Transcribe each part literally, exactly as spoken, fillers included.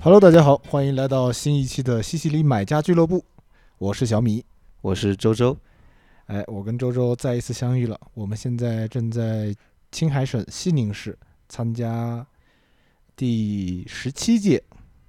Hello，大家好，欢迎来到新一期的西西里买家俱乐部，我是小米， 我是周周。 哎，我跟周周再一次相遇了。我们现在正在青海省西宁市参加第十七届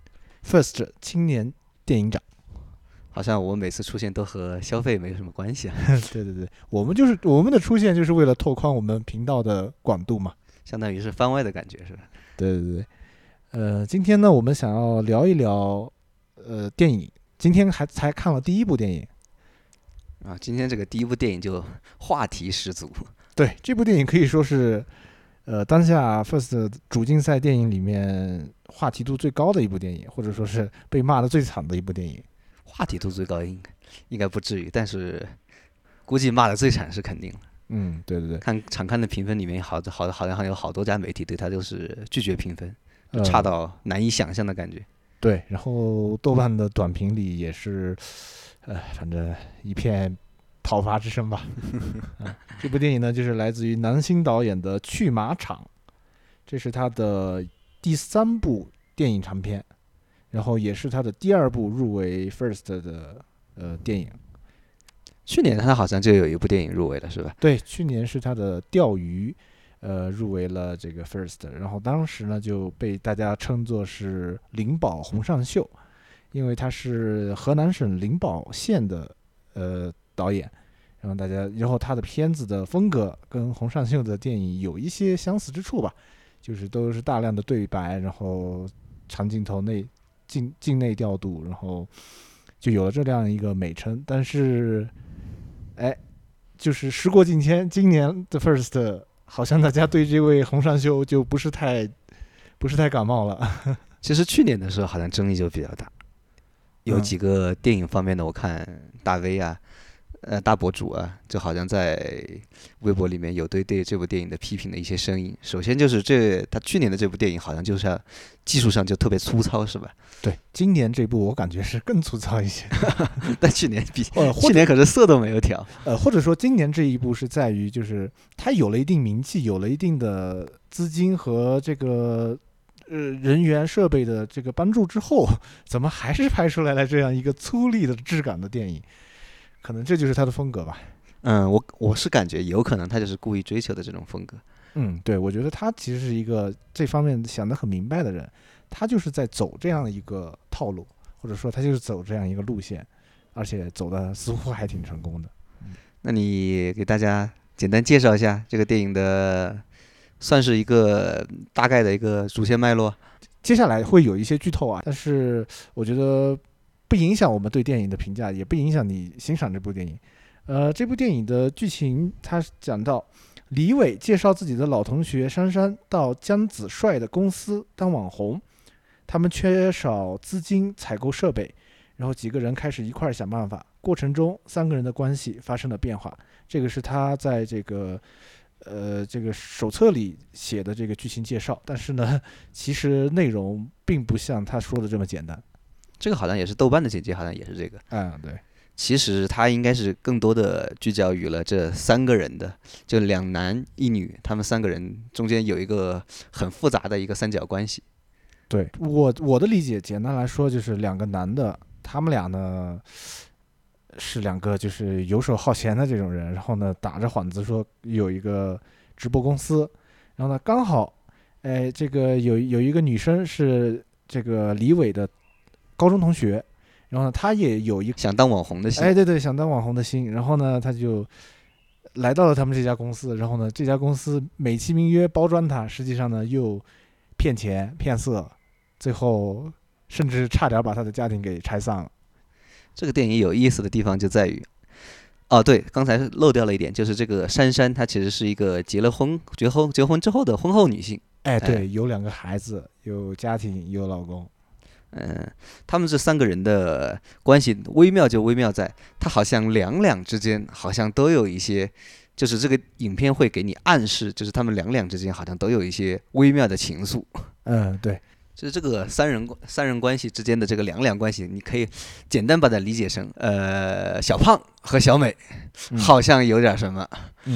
First 青年电影展。 好像我们每次出现都和消费没有什么关系啊。 对对对，我们就是我们的出现就是为了拓宽我们频道的广度嘛， 相当于是番外的感觉是吧？ 对对对。呃，今天呢，我们想要聊一聊呃电影。今天还才看了第一部电影。 啊，今天这个第一部电影就话题十足。 对，这部电影可以说是，呃，当下 First 主竞赛电影里面话题度最高的一部电影，或者说是被骂的最惨的一部电影。 话题度最高应该应该不至于，但是估计骂的最惨是肯定了。 嗯，对对对， 看常看的评分里面好，好好像有好多家媒体对它都是拒绝评分， 呃， 差到难以想象的感觉。 对，然后豆瓣的短评里也是，呃，反正一片讨伐之声吧。嗯，这部电影呢，就是来自于南星导演的《去马场》，这是他的第三部电影长片，然后也是他的第二部入围 First 的呃电影。 去年他好像就有一部电影入围了，是吧？ 对，去年是他的钓鱼，呃，入围了这个 First，然后当时呢就被大家称作是灵宝洪尚秀，因为他是河南省灵宝县的呃导演，然后大家，然后他的片子的风格跟洪尚秀的电影有一些相似之处吧，就是都是大量的对白，然后长镜头内境境内调度，然后就有了这样一个美称，但是。哎，就是时过境迁，今年的 First 好像大家对这位洪尚秀就不是太不是太感冒了。 其实去年的时候好像争议就比较大，有几个电影方面的，我看大 V 啊，呃大博主啊，就好像在微博里面有对对这部电影的批评的一些声音。首先就是这他去年的这部电影好像就是技术上就特别粗糙，是吧？ 对，今年这部我感觉是更粗糙一些。 但去年比、 呃、 去年可是色都没有调。 呃，或者说今年这一部是在于，就是它有了一定名气，有了一定的资金和这个呃人员设备的这个帮助之后，怎么还是拍出来了这样一个粗粝的质感的电影？可能这就是他的风格吧。 嗯，我我是感觉有可能他就是故意追求的这种风格。 嗯，对，我觉得他其实是一个这方面想得很明白的人。他就是在走这样的一个套路，或者说他就是走这样一个路线，而且走的似乎还挺成功的。 那你给大家简单介绍一下这个电影的，算是一个大概的一个主线脉络。 接下来会有一些剧透啊，但是我觉得不影响我们对电影的评价，也不影响你欣赏这部电影。呃，这部电影的剧情，它讲到李伟介绍自己的老同学珊珊到姜子帅的公司当网红。他们缺少资金采购设备，然后几个人开始一块儿想办法。过程中，三个人的关系发生了变化。这个是他在这个呃这个手册里写的这个剧情介绍，但是呢，其实内容并不像他说的这么简单。 这个好像也是豆瓣的简介，好像也是这个。 嗯，对。 其实他应该是更多的聚焦于了这三个人的，就两男一女，他们三个人中间有一个很复杂的一个三角关系。 对，我我的理解，简单来说就是两个男的，他们俩呢是两个就是游手好闲的这种人，然后呢打着幌子说有一个直播公司，然后呢刚好，哎，这个有有一个女生是这个李伟的高中同学，然后呢她也有一个想当网红的心， 哎对对，想当网红的心，然后呢她就来到了他们这家公司，然后呢这家公司美其名曰包装她，实际上呢又骗钱骗色。最后甚至差点把他的家庭给拆散了。 这个电影有意思的地方就在于，哦，对，刚才漏掉了一点，就是这个珊珊她其实是一个结了婚、结婚、结婚之后的婚后女性。 哎，对，哎、有两个孩子，有家庭，有老公。 嗯，他们这三个人的关系微妙就微妙在，他好像两两之间好像都有一些，就是这个影片会给你暗示，就是他们两两之间好像都有一些微妙的情愫。 嗯，对。 就是这个三人三人关系之间的这个两两关系，你可以简单把它理解成，呃，小胖和小美好像有点什么， 嗯，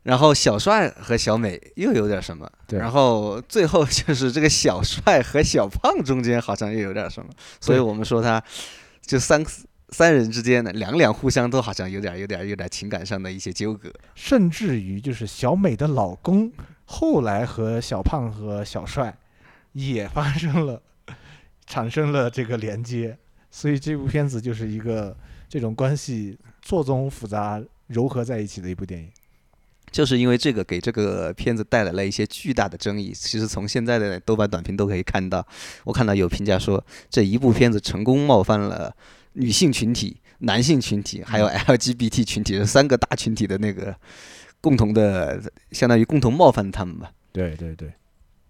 然后小帅和小美又有点什么， 对然后最后就是这个小帅和小胖中间好像又有点什么，所以我们说他就三三人之间的两两互相都好像有点有点有点情感上的一些纠葛， 甚至于就是小美的老公后来和小胖和小帅也发生了产生了这个连接，所以这部片子就是一个这种关系错综复杂糅合在一起的一部电影。 就是因为这个给这个片子带来了一些巨大的争议。其实从现在的豆瓣短评都可以看到，我看到有评价说这一部片子成功冒犯了女性群体、男性群体还有 L G B T 群体这三个大群体的那个共同的，相当于共同冒犯他们吧。 对对对。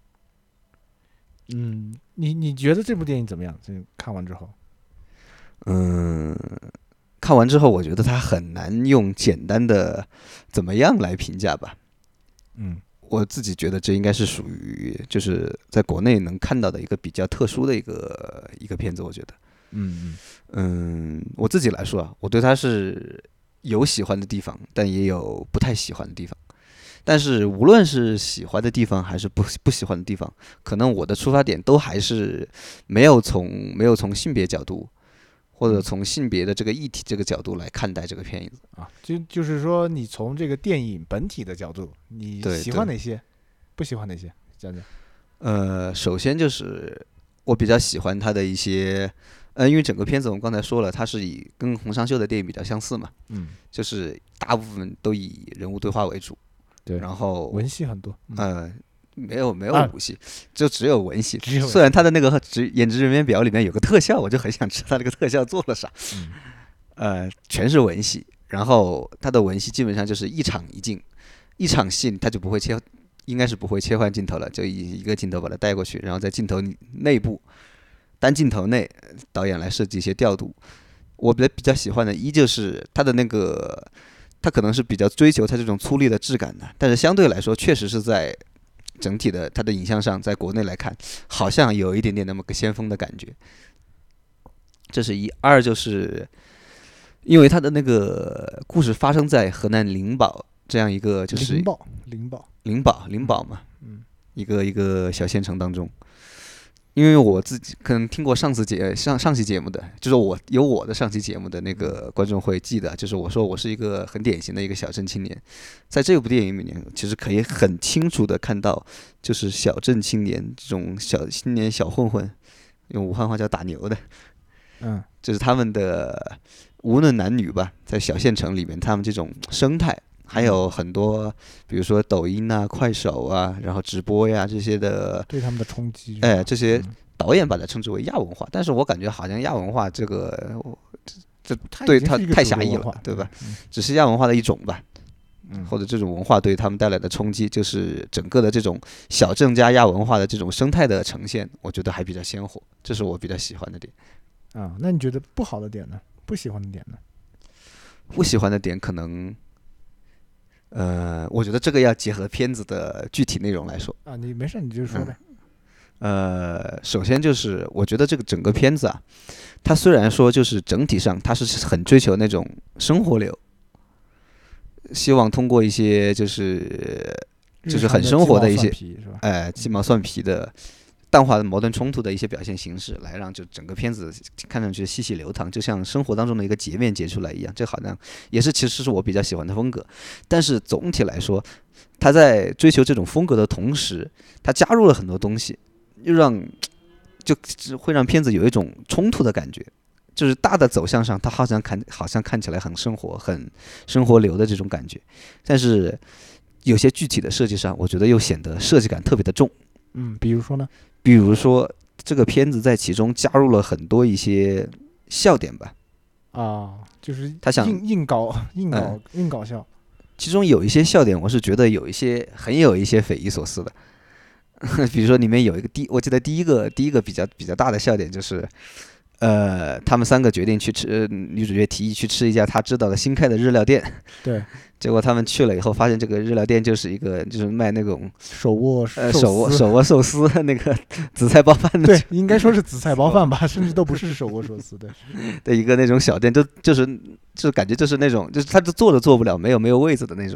嗯，你你觉得这部电影怎么样？这看完之后？ 嗯，看完之后，我觉得它很难用简单的怎么样来评价吧。 嗯， 我自己觉得这应该是属于就是在国内能看到的一个比较特殊的一个一个片子，我觉得。 嗯嗯，我自己来说啊，我对它是有喜欢的地方，但也有不太喜欢的地方。但是无论是喜欢的地方还是不不喜欢的地方，可能我的出发点都还是没有从没有从性别角度，或者从性别的这个议题这个角度来看待这个片子啊，就就是说，你从这个电影本体的角度，你喜欢哪些，不喜欢哪些？讲讲。 呃，首先就是我比较喜欢它的一些，呃，因为整个片子我们刚才说了，它是以跟洪尚秀的电影比较相似嘛， 嗯， 就是大部分都以人物对话为主。 对， 然后文戏很多， 嗯、呃，没有没有武戏， 啊、 就只有文戏。 只有虽然他的那个职演职人员表里面有个特效，我就很想知道他这个特效做了啥。 嗯、 呃，全是文戏，然后他的文戏基本上就是一场一镜，一场戏他就不会切，应该是不会切换镜头了，就以一个镜头把它带过去，然后在镜头内部单镜头内导演来设计一些调度。我比较比较喜欢的依旧是他的那个。他可能是比较追求他这种粗粝的质感的，但是相对来说，确实是在整体的他的影像上，在国内来看，好像有一点点那么个先锋的感觉。这是一，二就是因为他的那个故事发生在河南灵宝这样一个就是灵宝灵宝灵宝灵宝嘛， 嗯， 一个一个小县城当中。因为我自己可能听过上次节上上期节目的，就是我有我的上期节目的那个观众会记得，就是我说我是一个很典型的一个小镇青年，在这部电影里面，其实可以很清楚的看到，就是小镇青年这种小青年小混混，用武汉话叫打牛的， 嗯， 就是他们的无论男女吧，在小县城里面，他们这种生态。还有很多，比如说抖音啊、快手啊，然后直播呀这些的， 对他们的冲击， 哎，这些导演把它称之为亚文化，但是我感觉好像亚文化这个，这对它太狭义了，对吧？ 嗯、 只是亚文化的一种吧， 嗯、 或者这种文化对他们带来的冲击，就是整个的这种小镇加亚文化的这种生态的呈现，我觉得还比较鲜活，这是我比较喜欢的点。 啊，那你觉得不好的点呢？不喜欢的点呢？ 不喜欢的点可能。呃，我觉得这个要结合片子的具体内容来说啊，你没事你就说呗。 嗯、呃，首先就是我觉得这个整个片子啊，它虽然说就是整体上它是很追求那种生活流，希望通过一些就是就是很生活的一些哎鸡毛蒜皮的。淡化的矛盾冲突的一些表现形式，来让就整个片子看上去细细流淌，就像生活当中的一个截面截出来一样。这好像也是其实是我比较喜欢的风格。但是总体来说，他在追求这种风格的同时，他加入了很多东西，又让就会让片子有一种冲突的感觉。就是大的走向上，它好像看好像看起来很生活、很生活流的这种感觉，但是有些具体的设计上，我觉得又显得设计感特别的重。 嗯，比如说呢？ 比如说，这个片子在其中加入了很多一些笑点吧， 啊，就是他想硬硬搞、硬搞、嗯、硬搞笑。 其中有一些笑点，我是觉得有一些很有一些匪夷所思的。比如说，里面有一个第，我记得第一个第一个比较比较大的笑点就是，呃，他们三个决定去吃，呃、女主角提议去吃一家她知道的新开的日料店。 对。 结果他们去了以后，发现这个日料店就是一个就是卖那种手握呃手握手握寿司那个紫菜包饭的， 对，应该说是紫菜包饭吧，甚至都不是手握寿司，对， 的一个那种小店，就就是就感觉就是那种就是他就做都做不了，没有没有位子的那种。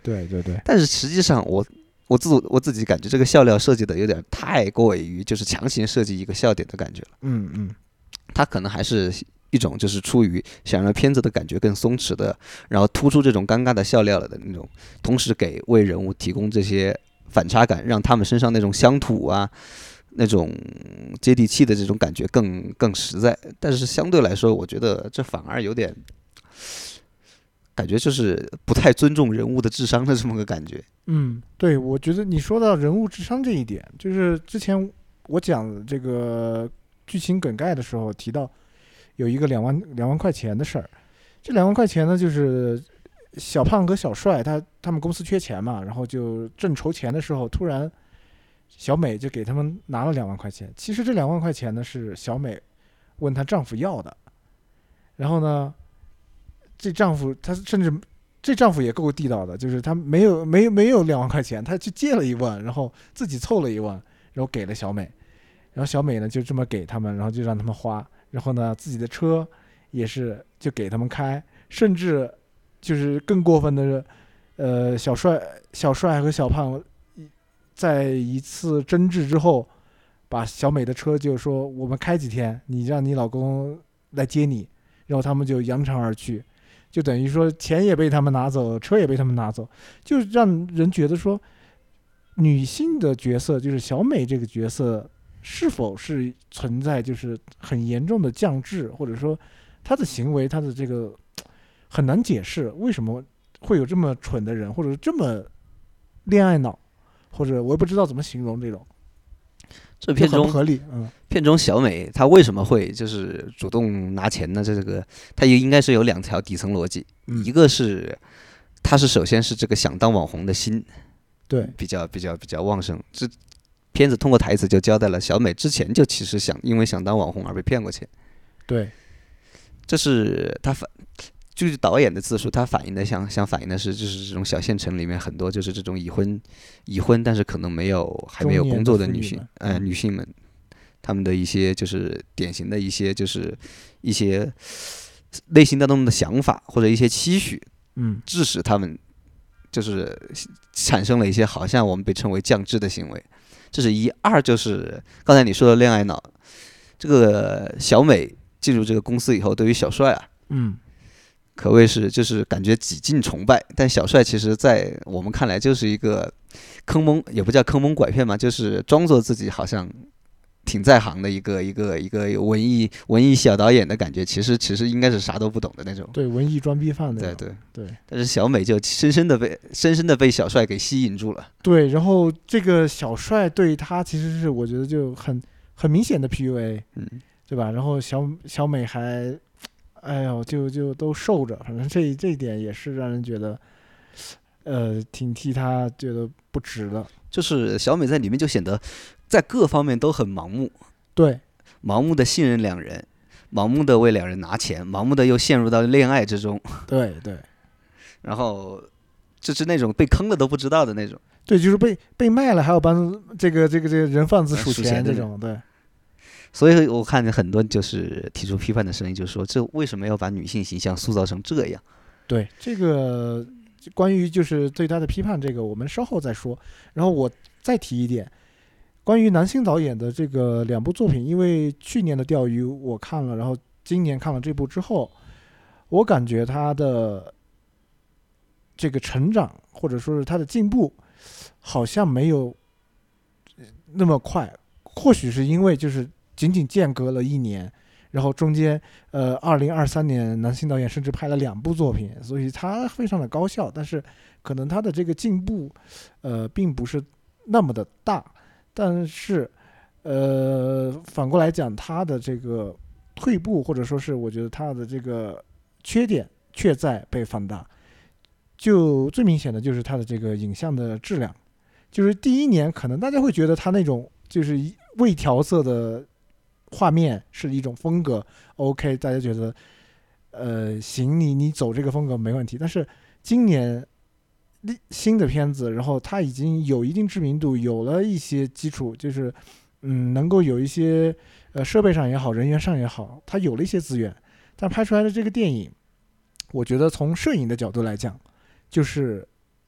对对对， 但是实际上我我自我自己感觉这个笑料设计的有点太过于就是强行设计一个笑点的感觉了。 嗯嗯， 它可能还是一种就是出于想让片子的感觉更松弛的，然后突出这种尴尬的笑料了的那种，同时给为人物提供这些反差感，让他们身上那种乡土啊、那种接地气的这种感觉更更实在。但是相对来说，我觉得这反而有点感觉就是不太尊重人物的智商的这么个感觉。 嗯，对，我觉得你说到人物智商这一点，就是之前我讲这个剧情梗概的时候提到，有一个两万两万块钱的事儿。这两万块钱呢，就是小胖和小帅他他们公司缺钱嘛，然后就正筹钱的时候，突然小美就给他们拿了两万块钱。其实这两万块钱呢是小美问她丈夫要的，然后呢，这丈夫他甚至这丈夫也够地道的，就是他没有没有没有两万块钱，他去借了一万，然后自己凑了一万，然后给了小美，然后小美呢就这么给他们，然后就让他们花，然后呢自己的车也是就给他们开，甚至就是更过分的是，呃，小帅小帅和小胖在一次争执之后，把小美的车就说我们开几天，你让你老公来接你，然后他们就扬长而去。就等于说钱也被他们拿走，车也被他们拿走，就让人觉得说，女性的角色就是小美这个角色是否是存在就是很严重的降智，或者说她的行为她的这个很难解释为什么会有这么蠢的人，或者这么恋爱脑，或者我也不知道怎么形容这种。 这片中合理，嗯， 片中小美她为什么会就是主动拿钱呢？这个她也应该是有两条底层逻辑， 嗯、 一个是她是首先是这个想当网红的心， 对， 比较比较比较旺盛。这片子通过台词就交代了，小美之前就其实想因为想当网红而被骗过钱。 对， 这是她反。就是导演的自述，他反映的想想反映的是，就是这种小县城里面很多就是这种已婚已婚，但是可能没有还没有工作的女性，呃，女性们，她们的一些就是典型的一些就是一些内心当中的想法或者一些期许， 嗯， 致使他们就是产生了一些好像我们被称为降智的行为。这是一，二就是刚才你说的恋爱脑，这个小美进入这个公司以后，对于小帅啊， 嗯。 可谓是就是感觉几近崇拜，但小帅其实在我们看来就是一个坑蒙，也不叫坑蒙拐骗嘛，就是装作自己好像挺在行的一个一个一个文艺文艺小导演的感觉，其实其实应该是啥都不懂的那种。 对，文艺装逼犯的。 对对对。 但是小美就深深的被深深的被小帅给吸引住了。 对，然后这个小帅对他其实是我觉得就很很明显的 P U A， 嗯， 对吧？然后小小美还。哎呦，就就都受着，反正这这一点也是让人觉得，呃，挺替他觉得不值了。 就是小美在里面就显得在各方面都很盲目， 对， 盲目的信任两人，盲目的为两人拿钱，盲目的又陷入到恋爱之中。 对对， 然后就是那种被坑了都不知道的那种。 对，就是被被卖了还要帮这个这个这个人贩子数钱这种，对。 所以我看见很多就是提出批判的声音，就是说这为什么要把女性形象塑造成这样？ 对，这个关于就是对他的批判，这个我们稍后再说。然后我再提一点，关于男性导演的这个两部作品，因为去年的《钓鱼》我看了，然后今年看了这部之后，我感觉他的这个成长或者说是他的进步，好像没有那么快。或许是因为就是仅仅间隔了一年，然后中间呃，二零二三年男性导演甚至拍了两部作品，所以他非常的高效，但是可能他的这个进步，呃，并不是那么的大，但是呃，反过来讲，他的这个退步或者说是我觉得他的这个缺点却在被放大，就最明显的就是他的这个影像的质量，就是第一年可能大家会觉得他那种就是未调色的画面是一种风格 ，OK， 大家觉得，呃，行，你你走这个风格没问题。但是今年新的片子，然后它已经有一定知名度，有了一些基础，就是嗯，能够有一些呃设备上也好，人员上也好，它有了一些资源。但拍出来的这个电影，我觉得从摄影的角度来讲，就是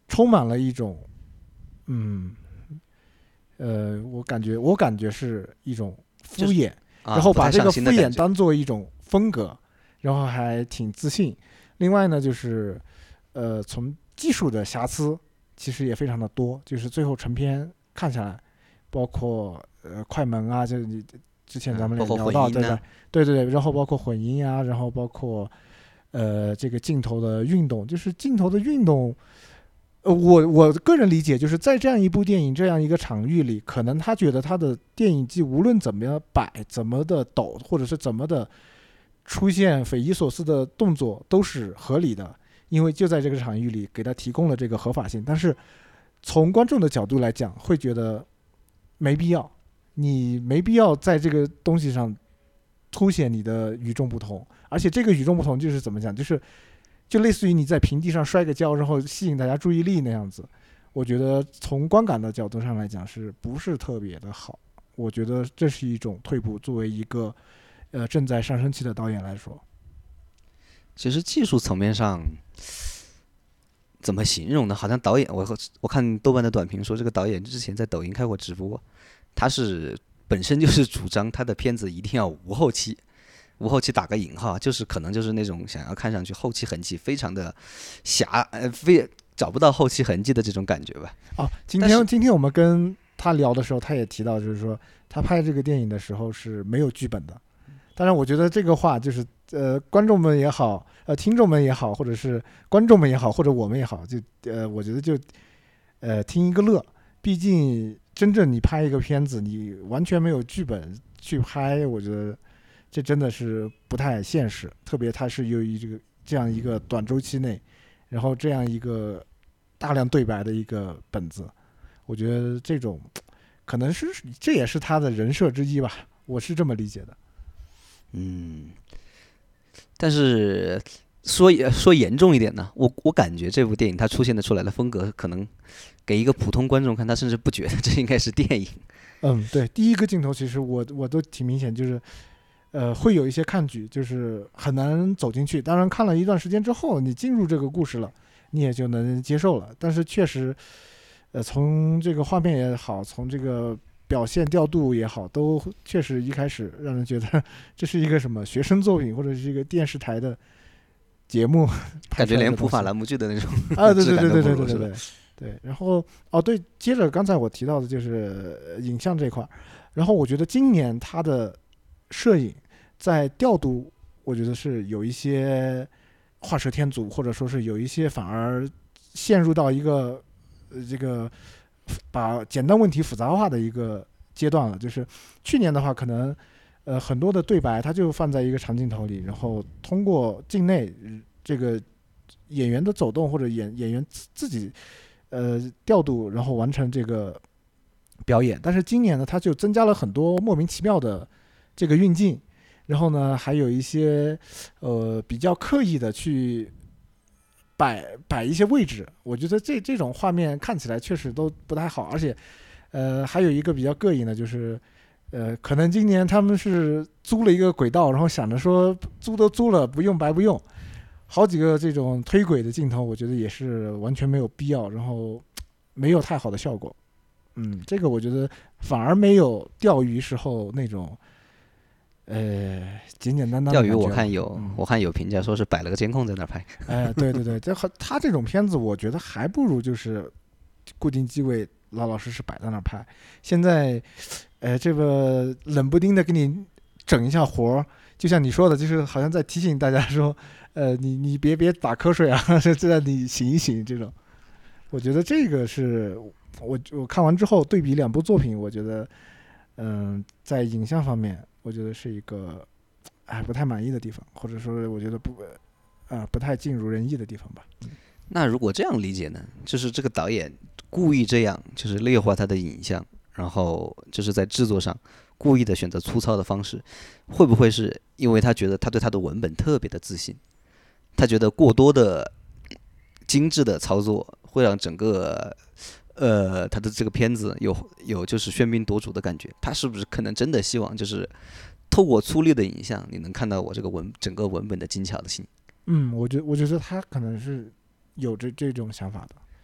充满了一种，嗯，呃，我感觉我感觉是一种敷衍， 啊、 然后把这个敷衍不太上心的感觉当做一种风格，然后还挺自信。另外呢，就是呃，从技术的瑕疵其实也非常的多，就是最后成片看下来，包括呃快门啊，就你之前咱们嗯包括也聊到，对吧？ 混音呢， 对对对，然后包括混音啊，然后包括呃这个镜头的运动，就是镜头的运动。呃，我我个人理解，就是在这样一部电影这样一个场域里，可能他觉得他的电影技无论怎么样摆，怎么的抖，或者是怎么的出现匪夷所思的动作，都是合理的，因为就在这个场域里给他提供了这个合法性。但是从观众的角度来讲，会觉得没必要，你没必要在这个东西上凸显你的与众不同，而且这个与众不同就是怎么讲，就是就类似于你在平地上摔个跤，然后吸引大家注意力那样子。我觉得从观感的角度上来讲，是不是特别的好？我觉得这是一种退步，作为一个呃正在上升期的导演来说。 其实技术层面上怎么形容呢？好像导演，我我看豆瓣的短评说，这个导演之前在抖音开过直播，他是本身就是主张他的片子一定要无后期，无后期打个引号，就是可能就是那种想要看上去后期痕迹非常的狭，呃，非找不到后期痕迹的这种感觉吧。 哦，今天今天我们跟他聊的时候，他也提到，就是说他拍这个电影的时候是没有剧本的。当然，我觉得这个话就是呃，观众们也好，呃，听众们也好，或者是观众们也好，或者我们也好，就呃，我觉得就呃听一个乐。毕竟真正你拍一个片子，你完全没有剧本去拍，我觉得这真的是不太现实。特别它是由于这个这样一个短周期内，然后这样一个大量对白的一个本子，我觉得这种可能是这也是他的人设之一吧，我是这么理解的。 嗯，但是说说严重一点呢，我我感觉这部电影它出现的出来的风格，可能给一个普通观众看，他甚至不觉得这应该是电影。 嗯，对，第一个镜头其实我我都挺明显，就是呃会有一些抗拒，就是很难走进去。当然看了一段时间之后，你进入这个故事了，你也就能接受了。但是确实，呃，从这个画面也好，从这个表现调度也好，都确实一开始让人觉得这是一个什么学生作品，或者是一个电视台的节目， 感觉连普法栏目剧的那种啊，对对对质感都对对对对不如是吧？ 对对。然后哦，对，接着刚才我提到的就是呃影像这块儿，然后我觉得今年它的摄影在调度，我觉得是有一些画蛇添足，或者说是有一些反而陷入到一个呃这个把简单问题复杂化的一个阶段了。就是去年的话，可能呃很多的对白它就放在一个长镜头里，然后通过境内呃这个演员的走动或者演演员自自己呃调度，然后完成这个表演。但是今年呢，它就增加了很多莫名其妙的这个运镜，然后呢，还有一些呃比较刻意的去摆摆一些位置，我觉得这这种画面看起来确实都不太好。而且呃还有一个比较膈应的就是呃可能今年他们是租了一个轨道，然后想着说租都租了，不用白不用，好几个这种推轨的镜头，我觉得也是完全没有必要，然后没有太好的效果。嗯，这个我觉得反而没有钓鱼时候那种呃简简单单的钓鱼感觉我看有、 嗯、 我看有评价说是摆了个监控在那儿拍。 哎，对对对，这和他这种片子，我觉得还不如就是固定机位老老实实摆在那儿拍。现在，呃，这个冷不丁的给你整一下活儿，就像你说的，就是好像在提醒大家说，呃，你你别别打瞌睡啊，这让你醒一醒这种。我觉得这个是我我看完之后对比两部作品，我觉得，嗯、在影像方面，我觉得是一个哎不太满意的地方，或者说我觉得不啊、呃不太尽如人意的地方吧。 那如果这样理解呢，就是这个导演故意这样，就是劣化他的影像，然后就是在制作上故意的选择粗糙的方式，会不会是因为他觉得他对他的文本特别的自信，他觉得过多的精致的操作会让整个呃他的这个片子有有就是喧宾夺主的感觉，他是不是可能真的希望就是透过粗粝的影像，你能看到我这个文整个文本的精巧的性？ 嗯，我觉我觉得他可能是有这这种想法的。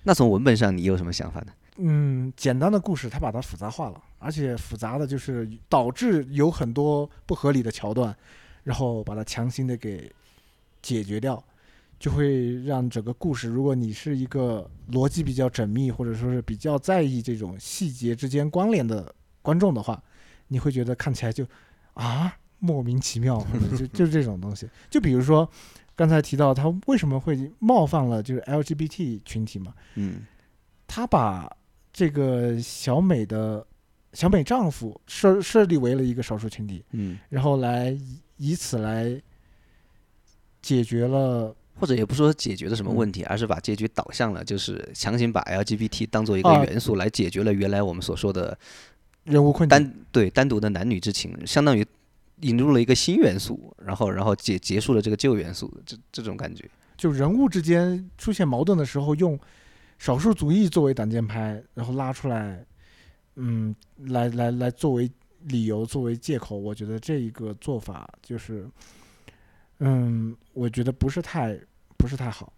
那从文本上你有什么想法呢？ 嗯，简单的故事它把它复杂化了，而且复杂的就是导致有很多不合理的桥段，然后把它强行的给解决掉，就会让整个故事，如果你是一个逻辑比较缜密，或者说是比较在意这种细节之间关联的观众的话，你会觉得看起来就啊莫名其妙，或者就就是这种东西。就比如说刚才提到他为什么会冒犯了就是 L G B T 群体嘛， 嗯， 他把这个小美的小美丈夫设设立为了一个少数群体， 嗯， 然后来以以此来解决了。 或者也不说解决了什么问嗯题，而是把结局导向了，就是强行把 L G B T 当做一个啊元素来解决了原来我们所说的人物困境， 单对单独的男女之情，相当于引入了一个新元素，然后然后结结束了这个旧元素，这这种感觉。 就人物之间出现矛盾的时候，用少数族裔作为挡箭牌，然后拉出来，嗯，来来来作为理由，作为借口。我觉得这一个做法就是，嗯，我觉得不是太不是太好。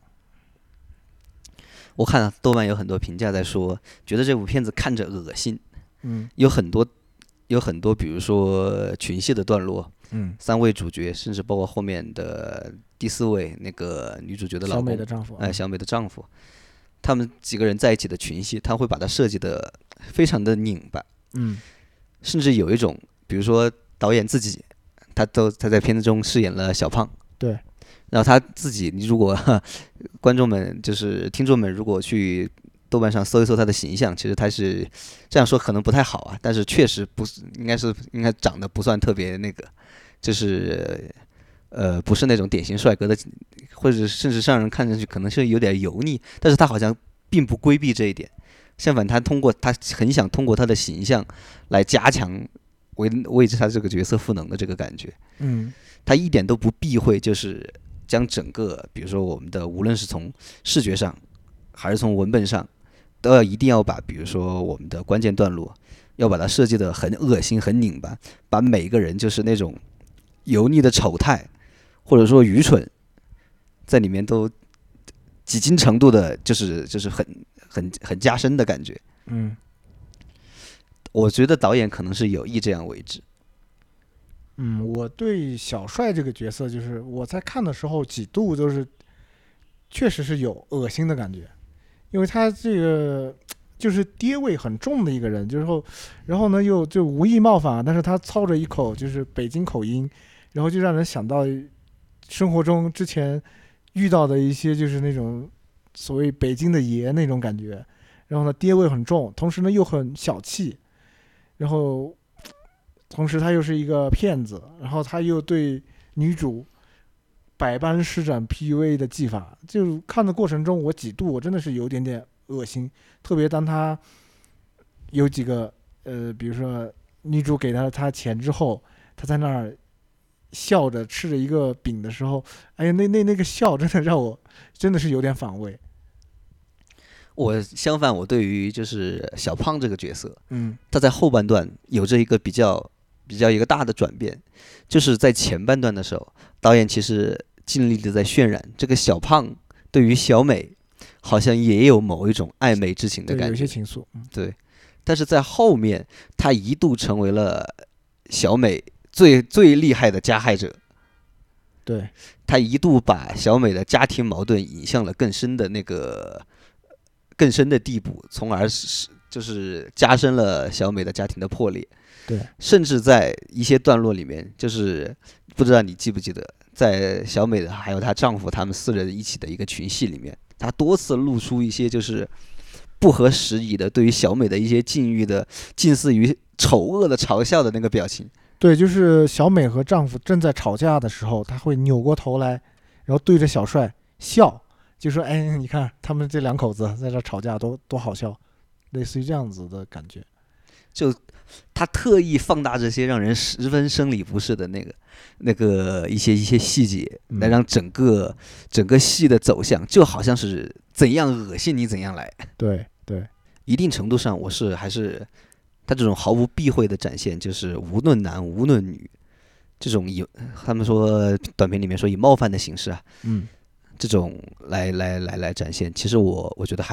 我看豆瓣有很多评价在说，觉得这部片子看着恶心， 嗯有很多有很多，比如说群戏的段落， 嗯， 三位主角，甚至包括后面的第四位那个女主角的老小公， 美的丈夫， 哎，小美的丈夫，他们几个人在一起的群戏，他会把它设计的非常的拧巴， 嗯甚至有一种，比如说导演自己，他都他在片子中饰演了小胖， 对， 然后他自己，你如果观众们就是听众们如果去豆瓣上搜一搜他的形象，其实他是这样说可能不太好啊，但是确实不是，应该是应该长得不算特别那个，就是呃不是那种典型帅哥的，或者甚至让人看上去可能是有点油腻，但是他好像并不规避这一点，相反他通过他很想通过他的形象来加强为为他这个角色赋能的这个感觉， 嗯他一点都不避讳，就是将整个比如说我们的无论是从视觉上还是从文本上，都要一定要把比如说我们的关键段落要把它设计的很恶心很拧巴，把每个人就是那种油腻的丑态或者说愚蠢在里面都几经程度的就是就是很很很加深的感觉。 嗯我觉得导演可能是有意这样为之。 嗯，我对小帅这个角色，就是我在看的时候几度都是，确实是有恶心的感觉，因为他这个就是爹味很重的一个人，就是后，然后呢又就无意冒犯，但是他操着一口就是北京口音，然后就让人想到生活中之前遇到的一些就是那种所谓北京的爷那种感觉，然后呢爹味很重，同时呢又很小气，然后同时他又是一个骗子，然后他又对女主百般施展 P U A 的技法，就看的过程中我几度我真的是有点点恶心，特别当他有几个呃，比如说女主给他他钱之后，他在那儿笑着吃着一个饼的时候，哎呀，那那那个笑真的让我真的是有点反胃。 我相反，我对于就是小胖这个角色， 嗯他在后半段有着一个比较比较一个大的转变，就是在前半段的时候，导演其实尽力的在渲染这个小胖对于小美好像也有某一种暧昧之情的对，有感觉， 些情愫。嗯对，但是在后面他一度成为了小美最最厉害的加害者， 对， 他一度把小美的家庭矛盾引向了更深的那个更深的地步，从而是就是加深了小美的家庭的破裂。 对， 甚至在一些段落里面，就是不知道你记不记得，在小美的还有她丈夫他们四人一起的一个群戏里面，她多次露出一些就是不合时宜的对于小美的一些境遇的近似于丑恶的嘲笑的那个表情。 对，就是小美和丈夫正在吵架的时候，她会扭过头来，然后对着小帅笑，就说：“哎，你看他们这两口子在这吵架，多多好笑。”类似于这样子的感觉。 就他特意放大这些让人十分生理不适的那个、那个一些一些细节， 嗯来让整个整个戏的走向就好像是怎样恶心你怎样来。 对对， 一定程度上，我是还是他这种毫不避讳的展现，就是无论男无论女，这种以他们说短片里面说以冒犯的形式啊， 嗯这种来来来来展现，其实我我觉得还好，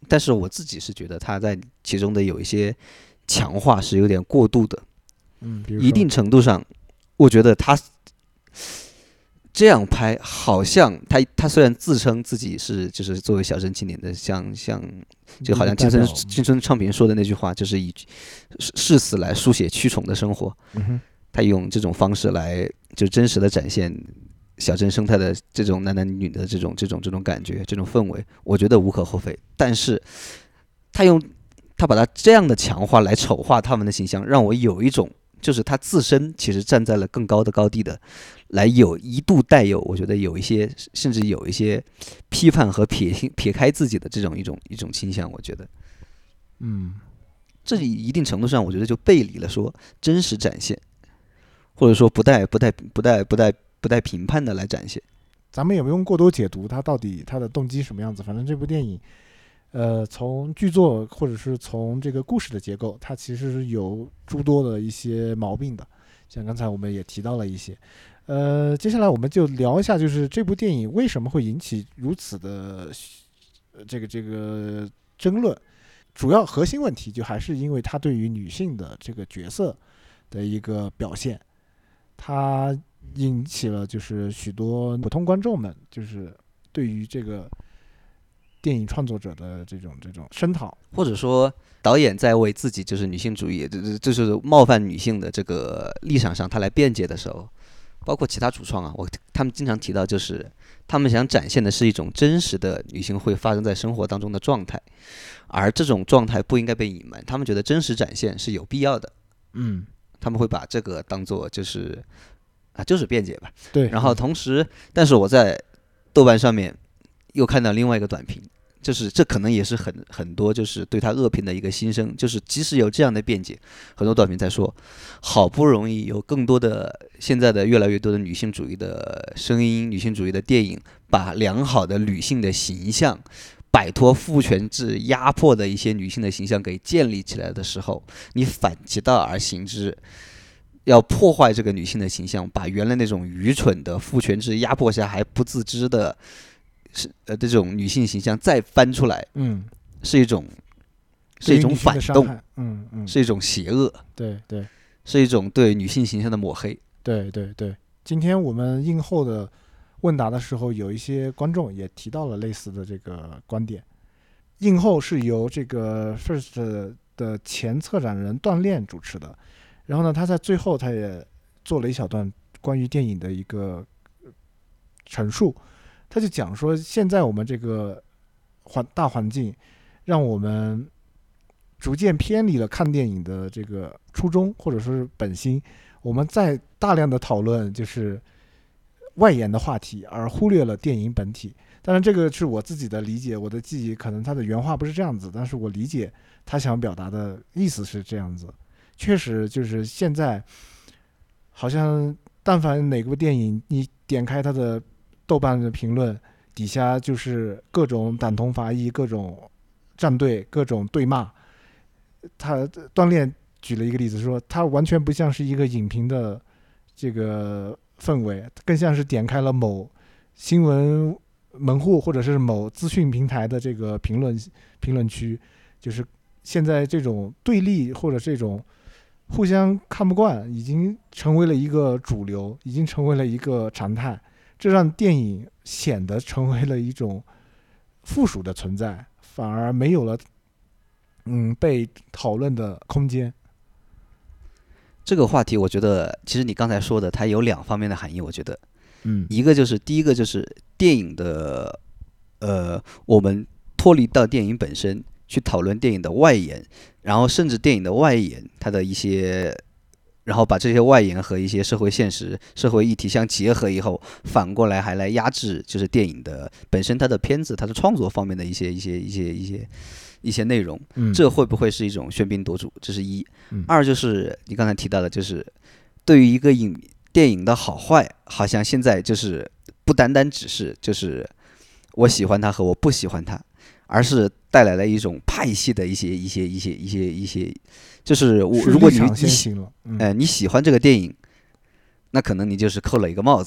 但是我自己是觉得他在其中的有一些强化是有点过度的。 嗯，比如一定程度上，我觉得他这样拍，好像他他虽然自称自己是就是作为小镇青年的，像像就好像青春青春唱片说的那句话，就是以誓死来书写蛆虫的生活。 嗯哼， 他用这种方式来就真实的展现小镇生态的这种男男女女的这种这种这种感觉，这种氛围，我觉得无可厚非。但是他用他把他这样的强化来丑化他们的形象，让我有一种就是他自身其实站在了更高的高地的，来有一度带有我觉得有一些甚至有一些批判和撇撇开自己的这种一种一种倾向，我觉得， 嗯， 这一定程度上我觉得就背离了说真实展现，或者说不带不带不带不带不带评判的来展现。 咱们也不用过多解读它到底它的动机什么样子，反正这部电影。呃，从剧作或者是从这个故事的结构，它其实是有诸多的一些毛病的，像刚才我们也提到了一些。呃，接下来我们就聊一下，就是这部电影为什么会引起如此的这个这个争论。主要核心问题就还是因为它对于女性的这个角色的一个表现，它引起了就是许多普通观众们就是对于这个电影创作者的这种这种声讨， 或者说导演在为自己就是女性主义，这就是冒犯女性的这个立场上，他来辩解的时候，包括其他主创啊，我他们经常提到，就是他们想展现的是一种真实的女性会发生在生活当中的状态，而这种状态不应该被隐瞒，他们觉得真实展现是有必要的。 嗯， 他们会把这个当做就是啊，就是辩解吧。 对。 然后同时，但是我在豆瓣上面又看到另外一个短评。就是这可能也是很很多就是对他恶评的一个心声，就是即使有这样的辩解，很多短评在说，好不容易有更多的现在的越来越多的女性主义的声音、女性主义的电影，把良好的女性的形象，摆脱父权制压迫的一些女性的形象给建立起来的时候，你反其道而行之，要破坏这个女性的形象，把原来那种愚蠢的父权制压迫下还不自知的。是呃，这种女性形象再翻出来， 嗯， 是一种是一种反动， 嗯嗯， 是一种邪恶， 对对， 是一种对女性形象的抹黑， 对对对。今天我们映后的问答的时候，有一些观众也提到了类似的这个观点。映后是由这个 First 的前策展人段炼主持的，然后呢，他在最后他也做了一小段关于电影的一个陈述。他就讲说，现在我们这个环大环境，让我们逐渐偏离了看电影的这个初衷或者说是本心。我们在大量的讨论就是外延的话题，而忽略了电影本体。当然，这个是我自己的理解，我的记忆可能他的原话不是这样子，但是我理解他想表达的意思是这样子。确实，就是现在好像但凡哪部电影，你点开它的豆瓣的评论底下就是各种党同伐异，各种站队，各种对骂。他锻炼举了一个例子说，他完全不像是一个影评的这个氛围，更像是点开了某新闻门户或者是某资讯平台的这个评论评论区，就是现在这种对立或者这种互相看不惯已经成为了一个主流，已经成为了一个常态。这让电影显得成为了一种附属的存在，反而没有了嗯被讨论的空间。 这个话题我觉得其实你刚才说的它有两方面的含义，我觉得嗯， 一个就是第一个就是电影的呃我们脱离到电影本身去讨论电影的外延，然后甚至电影的外延它的一些然后把这些外延和一些社会现实、社会议题相结合以后，反过来还来压制，就是电影的本身它的片子、它的创作方面的一些、一些、一些、一些、一些内容。 嗯， 这会不会是一种喧宾夺主？这是一。 嗯、 二就是你刚才提到的，就是对于一个影电影的好坏，好像现在就是不单单只是就是我喜欢它和我不喜欢它，而是带来了一种派系的一些、一些、一些、一些、一些。就是我，你如果你你呃你喜欢这个电影，那可能你就是扣了一个帽子。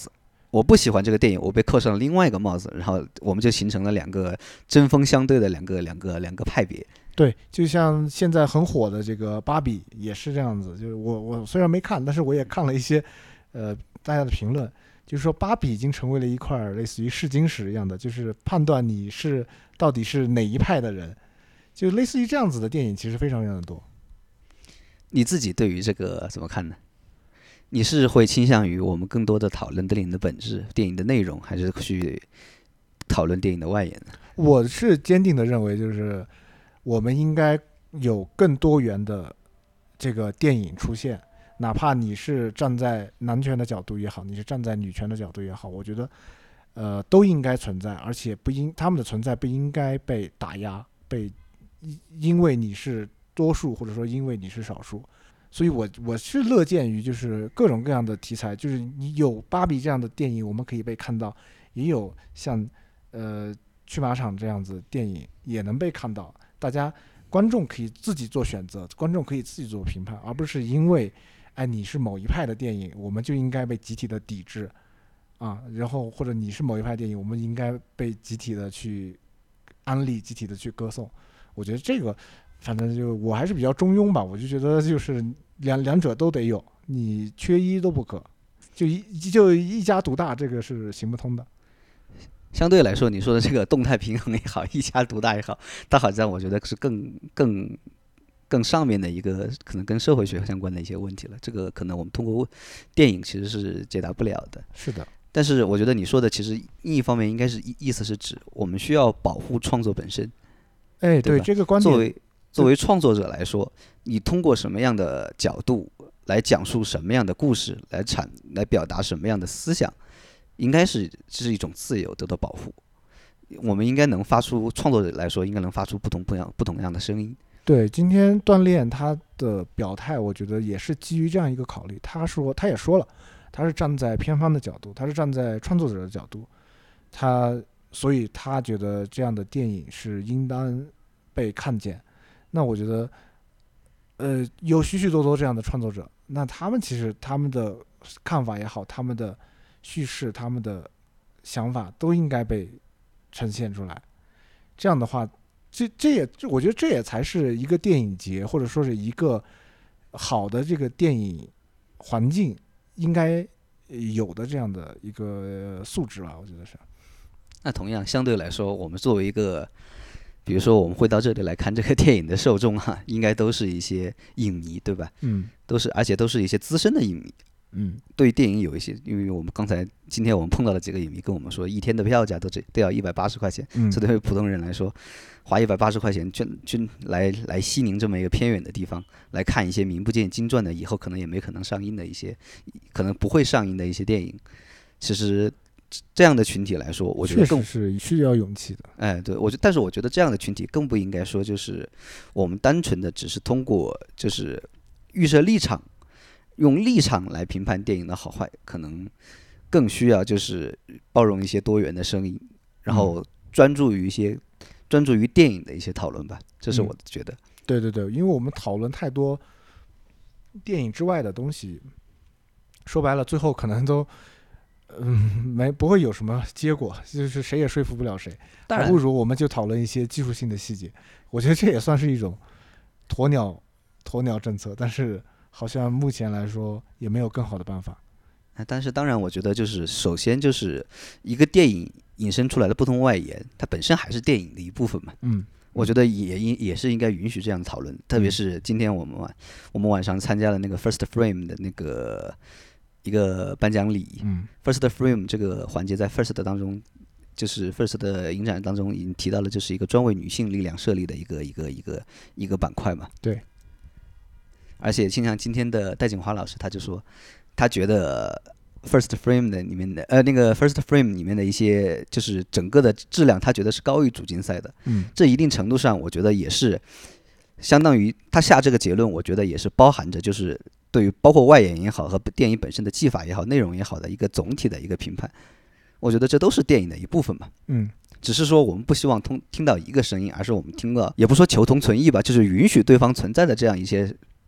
我不喜欢这个电影，我被扣上了另外一个帽子，然后我们就形成了两个针锋相对的两个两个两个派别。 对，就像现在很火的这个芭比也是这样子，就是我我虽然没看，但是我也看了一些呃大家的评论，就是说芭比已经成为了一块类似于试金石一样的，就是判断你是到底是哪一派的人，就类似于这样子的电影其实非常非常的多。 你自己对于这个怎么看呢？你是会倾向于我们更多的讨论电影的本质、电影的内容，还是去讨论电影的外延呢？ 我是坚定的认为，就是我们应该有更多元的这个电影出现，哪怕你是站在男权的角度也好，你是站在女权的角度也好，我觉得呃都应该存在，而且不应他们的存在不应该被打压，被因为你是多数或者说因为你是少数。所以我我是乐见于就是各种各样的题材，就是你有芭比这样的电影我们可以被看到，也有像呃去马场这样子电影也能被看到，大家观众可以自己做选择，观众可以自己做评判，而不是因为哎你是某一派的电影我们就应该被集体的抵制啊，然后或者你是某一派电影我们应该被集体的去安利，集体的去歌颂。我觉得这个反正就我还是比较中庸吧，我就觉得就是两两者都得有，你缺一都不可，就一就一家独大，这个是行不通的。 相对来说，你说的这个动态平衡也好，一家独大也好，它好像我觉得是更更更上面的一个可能跟社会学相关的一些问题了。这个可能我们通过电影其实是解答不了的。 是的。 但是我觉得你说的其实另一方面应该是意思是指我们需要保护创作本身。 哎， 对， 这个观点。 作为作为创作者来说，你通过什么样的角度来讲述什么样的故事，来产来表达什么样的思想，应该是这是一种自由得到保护。我们应该能发出创作者来说，应该能发出不同不样不同样的声音。 对，今天锻炼他的表态，我觉得也是基于这样一个考虑。他说，他也说了，他是站在片方的角度，他是站在创作者的角度，他所以他觉得这样的电影是应当被看见。那我觉得，呃，有许许多多这样的创作者，那他们其实他们的看法也好，他们的叙事、他们的想法都应该被呈现出来。这样的话，这这也我觉得这也才是一个电影节，或者说是一个好的这个电影环境应该有的这样的一个素质吧，我觉得是。 那同样，相对来说，我们作为一个比如说我们会到这里来看这个电影的受众哈、啊，应该都是一些影迷，对吧？ 嗯， 都是，而且都是一些资深的影迷。 嗯， 对电影有一些，因为我们刚才今天我们碰到了几个影迷跟我们说，一天的票价都这都要一百八十块钱， 嗯， 这对于普通人来说，花一百八十块钱去去来来西宁这么一个偏远的地方来看一些名不见经传的，以后可能也没可能上映的一些，可能不会上映的一些电影，其实。这样的群体来说，我觉得更是需要勇气的。 哎，对我觉，但是我觉得这样的群体更不应该说，就是我们单纯的只是通过就是预设立场，用立场来评判电影的好坏，可能更需要就是包容一些多元的声音，然后专注于一些、嗯、专注于电影的一些讨论吧，这是我觉得、嗯。 对对对，因为我们讨论太多电影之外的东西，说白了，最后可能都。嗯，没不会有什么结果，就是谁也说服不了谁，还不如我们就讨论一些技术性的细节。我觉得这也算是一种鸵鸟鸵鸟政策，但是好像目前来说也没有更好的办法。 但是当然，我觉得就是首先就是一个电影引申出来的不同外延，它本身还是电影的一部分嘛。 嗯， 我觉得也应也是应该允许这样的讨论，特别是今天我们晚我们晚上参加了那个 First Frame 的那个。一个颁奖礼、 嗯、 ，First Frame 这个环节在 First 当中，就是 First 的影展当中已经提到了，这是一个专为女性力量设立的一个一个一个一个板块嘛。 对。 而且，像今天的戴锦华老师他就说，他觉得 First Frame 的里面的呃那个 First Frame 里面的一些就是整个的质量，他觉得是高于主竞赛的。 嗯。 这一定程度上，我觉得也是相当于他下这个结论，我觉得也是包含着就是。对于包括外延也好和电影本身的技法也好、内容也好的一个总体的一个评判，我觉得这都是电影的一部分嘛。 嗯， 只是说我们不希望通听到一个声音，而是我们听到，也不说求同存异吧，就是允许对方存在的这样一些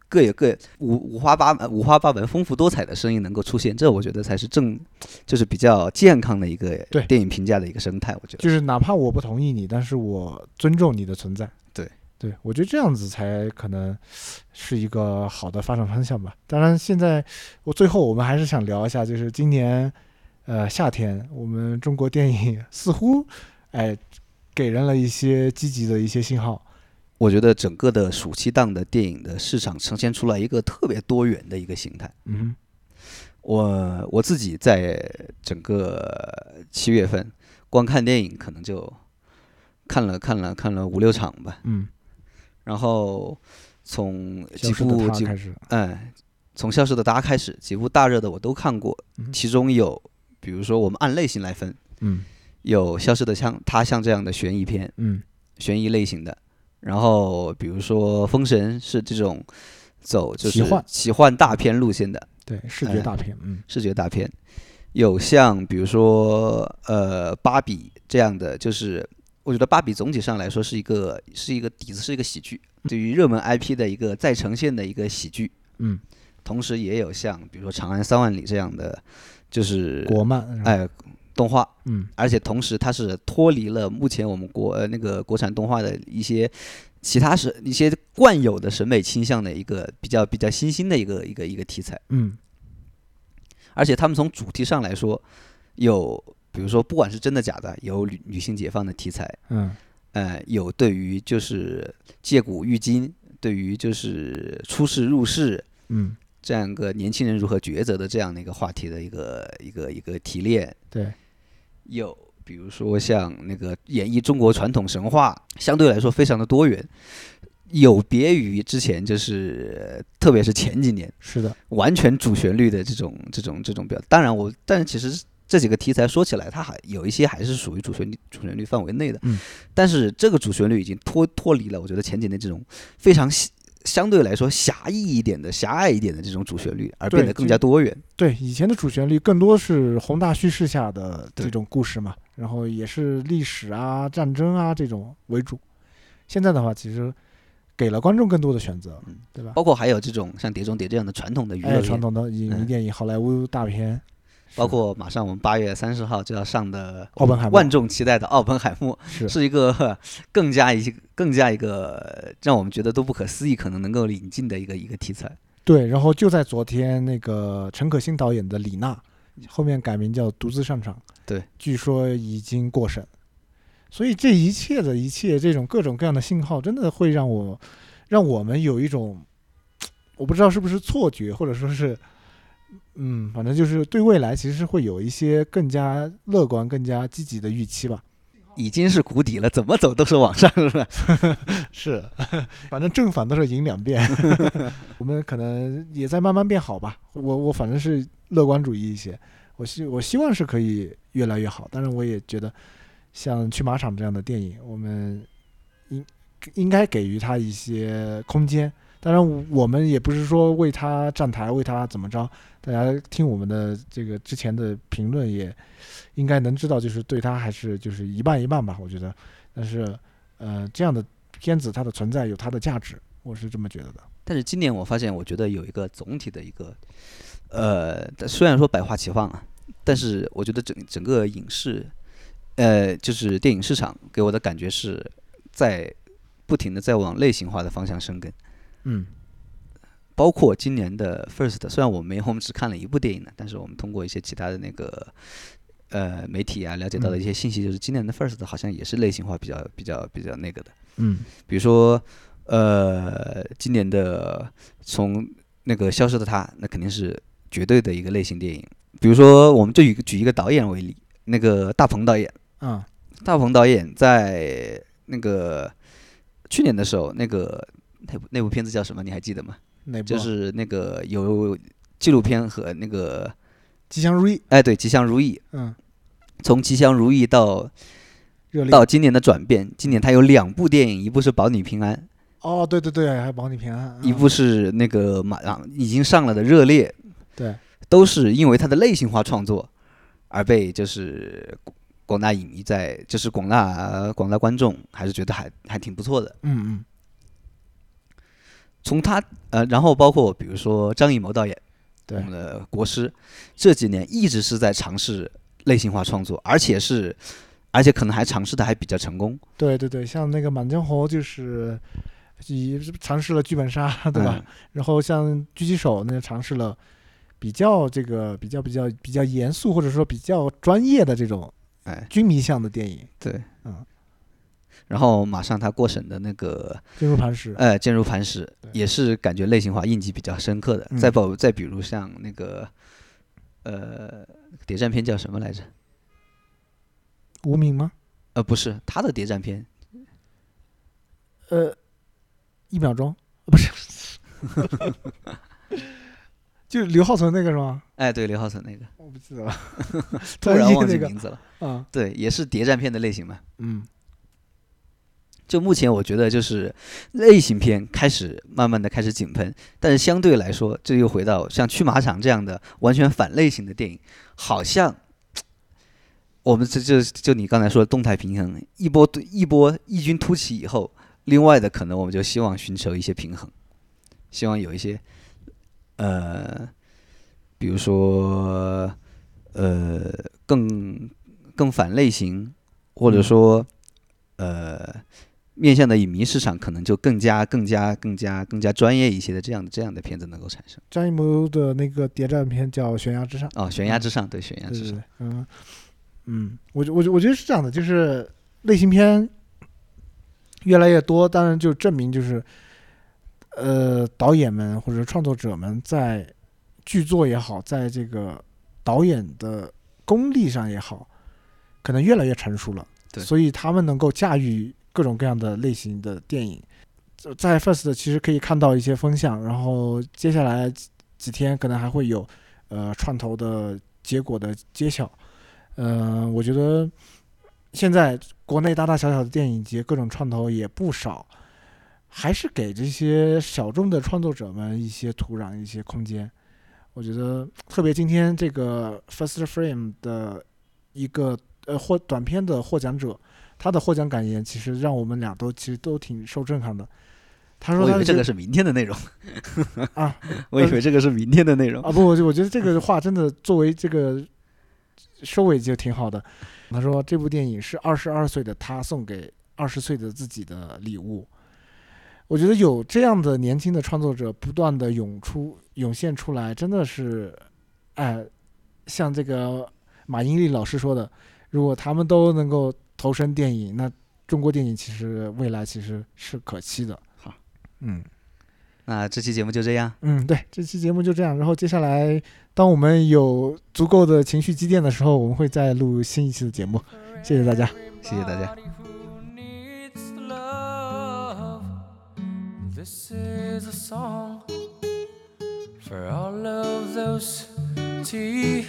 各有各五五花八五花八门、丰富多彩的声音能够出现，这我觉得才是正，就是比较健康的一个电影评价的一个生态。我觉得就是哪怕我不同意你，但是我尊重你的存在。 对对，我觉得这样子才可能是一个好的发展方向吧。当然，现在我最后我们还是想聊一下，就是今年呃夏天，我们中国电影似乎哎给人了一些积极的一些信号。 我觉得整个的暑期档的电影的市场呈现出来一个特别多元的一个形态。 嗯， 我我自己在整个七月份光看电影，可能就看了看了看了五六场吧。 嗯， 然后从几部几开始， 哎，从《消失的她》开始，几部大热的我都看过， 嗯、 其中有，比如说我们按类型来分， 嗯， 有《消失的像她》像这样的悬疑片， 嗯， 悬疑类型的。然后比如说《封神》是这种走就是奇幻大片路线的， 对，视觉大片， 呃、 嗯， 视觉大片。有像比如说呃《芭比》这样的，就是我觉得《芭比》总体上来说是一个是一个底子是一个喜剧，对于热门 I P 的一个再呈现的一个喜剧。 嗯， 同时也有像比如说《长安三万里》这样的，就是国漫， 哎。动画， 嗯， 而且同时它是脱离了目前我们国、呃、那个国产动画的一些其他是一些惯有的审美倾向的一个比较比较新兴的一个一个一个题材， 嗯， 而且他们从主题上来说，有比如说不管是真的假的，有女女性解放的题材， 嗯， 呃，有对于就是借古喻今，对于就是出世入世， 嗯， 这样一个年轻人如何抉择的这样的一个话题的一个一个一个提炼， 对。 有比如说像那个演绎中国传统神话，相对来说非常的多元，有别于之前就是特别是前几年是的完全主旋律的这种这种这种表。当然我但是其实这几个题材说起来它还有一些还是属于主旋律主旋律范围内的， 嗯， 但是这个主旋律已经脱脱离了我觉得前几年这种非常相对来说狭义一点的狭隘一点的这种主旋律，而变得更加多元。 对，以前的主旋律更多是宏大叙事下的这种故事嘛，然后也是历史啊战争啊这种为主。现在的话其实给了观众更多的选择，嗯，对吧？ 包括还有这种像碟中谍这样的传统的娱乐片， 哎，传统的影迷电影、嗯、好莱坞大片， 包括马上我们八月三十号就要上的奥本海默， 万众期待的奥本海默， 是是一个更加一更加一个让我们觉得都不可思议可能能够引进的一个一个题材。 对，然后就在昨天，那个陈可辛导演的《李娜》后面改名叫《独自上场》， 对， 据说已经过审。所以这一切的一切，这种各种各样的信号，真的会让我让我们有一种，我不知道是不是错觉，或者说是。嗯，反正就是对未来其实是会有一些更加乐观、更加积极的预期吧。 已经是谷底了，怎么走都是往上了。 是，反正正反都是赢两遍。我们可能也在慢慢变好吧。我我反正是乐观主义一些，我希我希望是可以越来越好。当然，我也觉得像《去马场》这样的电影，我们应应该给予它一些空间。当然，我们也不是说为他站台，为他怎么着。大家听我们的这个之前的评论，也应该能知道，就是对他还是就是一半一半吧，我觉得。但是，呃，这样的片子它的存在有它的价值，我是这么觉得的。 但是今年我发现，我觉得有一个总体的一个，呃，虽然说百花齐放啊，但是我觉得整整个影视，呃，就是电影市场给我的感觉是在不停的在往类型化的方向生根。 嗯， 包括今年的 First， 虽然我们没有，我们只看了一部电影呢，但是我们通过一些其他的那个呃媒体啊了解到的一些信息，就是今年的 First 好像也是类型化比较比较比较那个的。 嗯， 比如说呃今年的从那个消失的她，那肯定是绝对的一个类型电影。比如说我们就举举一个导演为例，那个大鹏导演， 嗯， 大鹏导演在那个去年的时候，那个。那部那部片子叫什么？你还记得吗？ 哪部？ 就是那个有纪录片和那个吉祥如意。 哎，对，吉祥如意。 嗯， 从吉祥如意到到今年的转变，今年他有两部电影，一部是保你平安。 哦，对对对，还保你平安。 一部是那个马上已经上了的热烈。 对， 都是因为他的类型化创作而被就是广大影迷在就是广大广大观众还是觉得还还挺不错的。 嗯嗯。 从他呃，然后包括比如说张艺谋导演， 对我们的国师，这几年一直是在尝试类型化创作，而且是，而且可能还尝试的还比较成功。 对对对，像那个《满江红》就是以尝试了剧本杀，对吧？ 嗯、 然后像《狙击手》那个尝试了比较这个比较比较比较严肃或者说比较专业的这种哎军迷向的电影。 对， 嗯。 然后马上他过审的那个坚如磐石， 哎，坚如磐石也是感觉类型化印记比较深刻的。 嗯、 再包再比如像那个呃谍战片叫什么来着？ 无名吗？ 呃，不是，他的谍战片， 呃，一秒钟不是，就刘浩存那个是吗？ 哎，对，刘浩存那个， 我不记得了， 突然忘记名字了。 啊、嗯， 对，也是谍战片的类型嘛。 嗯。 就目前我觉得就是类型片开始慢慢的开始井喷，但是相对来说，这又回到像驱马场这样的完全反类型的电影，好像我们这就就你刚才说的动态平衡，一波一波异军突起以后，另外的可能我们就希望寻求一些平衡，希望有一些呃，比如说呃更更反类型，或者说呃。面向的影迷市场可能就更加、更加、更加、更加专业一些的这样的这样的片子能够产生。 张艺谋的那个谍战片叫《悬崖之上》。 哦，悬崖之上，对，悬崖之上。 对对对嗯嗯，我我我觉得是这样的，就是类型片越来越多，当然就证明就是呃导演们或者创作者们在剧作也好，在这个导演的功力上也好，可能越来越成熟了。 对， 所以他们能够驾驭各种各样的类型的电影，在 First 其实可以看到一些风向，然后接下来几天可能还会有呃串头的结果的揭晓。呃，我觉得现在国内大大小小的电影节各种串头也不少，还是给这些小众的创作者们一些土壤、一些空间。我觉得特别今天这个 First Frame 的一个呃获短片的获奖者。他的获奖感言其实让我们俩都其实都挺受震撼的。他说他：“ 我以为这个是明天的内容啊， 我以为这个是明天的内容啊。”不，我我觉得这个话真的作为这个收尾就挺好的。他说这部电影是二十二岁的他送给二十岁的自己的礼物。我觉得有这样的年轻的创作者不断的涌出涌现出来，真的是，哎，像这个马英丽老师说的，如果他们都能够投身电影，那中国电影其实未来其实是可期的。 好， 嗯， 那这期节目就这样。 嗯，对，这期节目就这样。然后接下来，当我们有足够的情绪积淀的时候，我们会再录新一期的节目。谢谢大家， 谢谢大家。 This is a song for all of those tears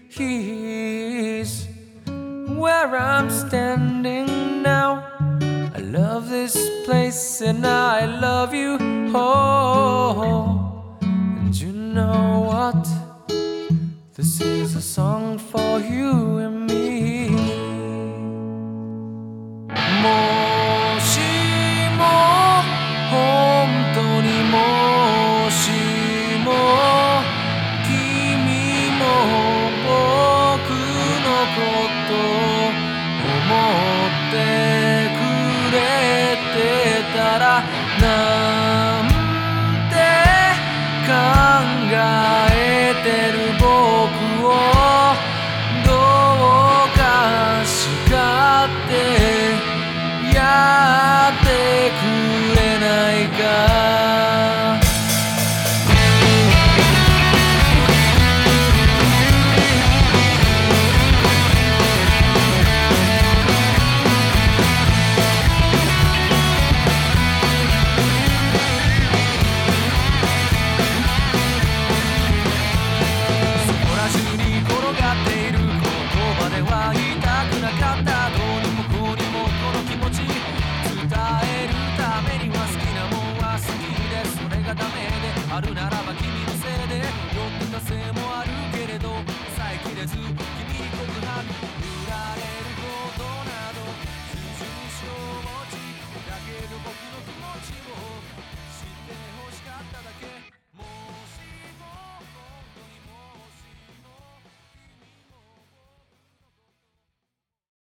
where I'm standing now. I love this place and I love you. Oh, and you know what? This is a song for you and me. More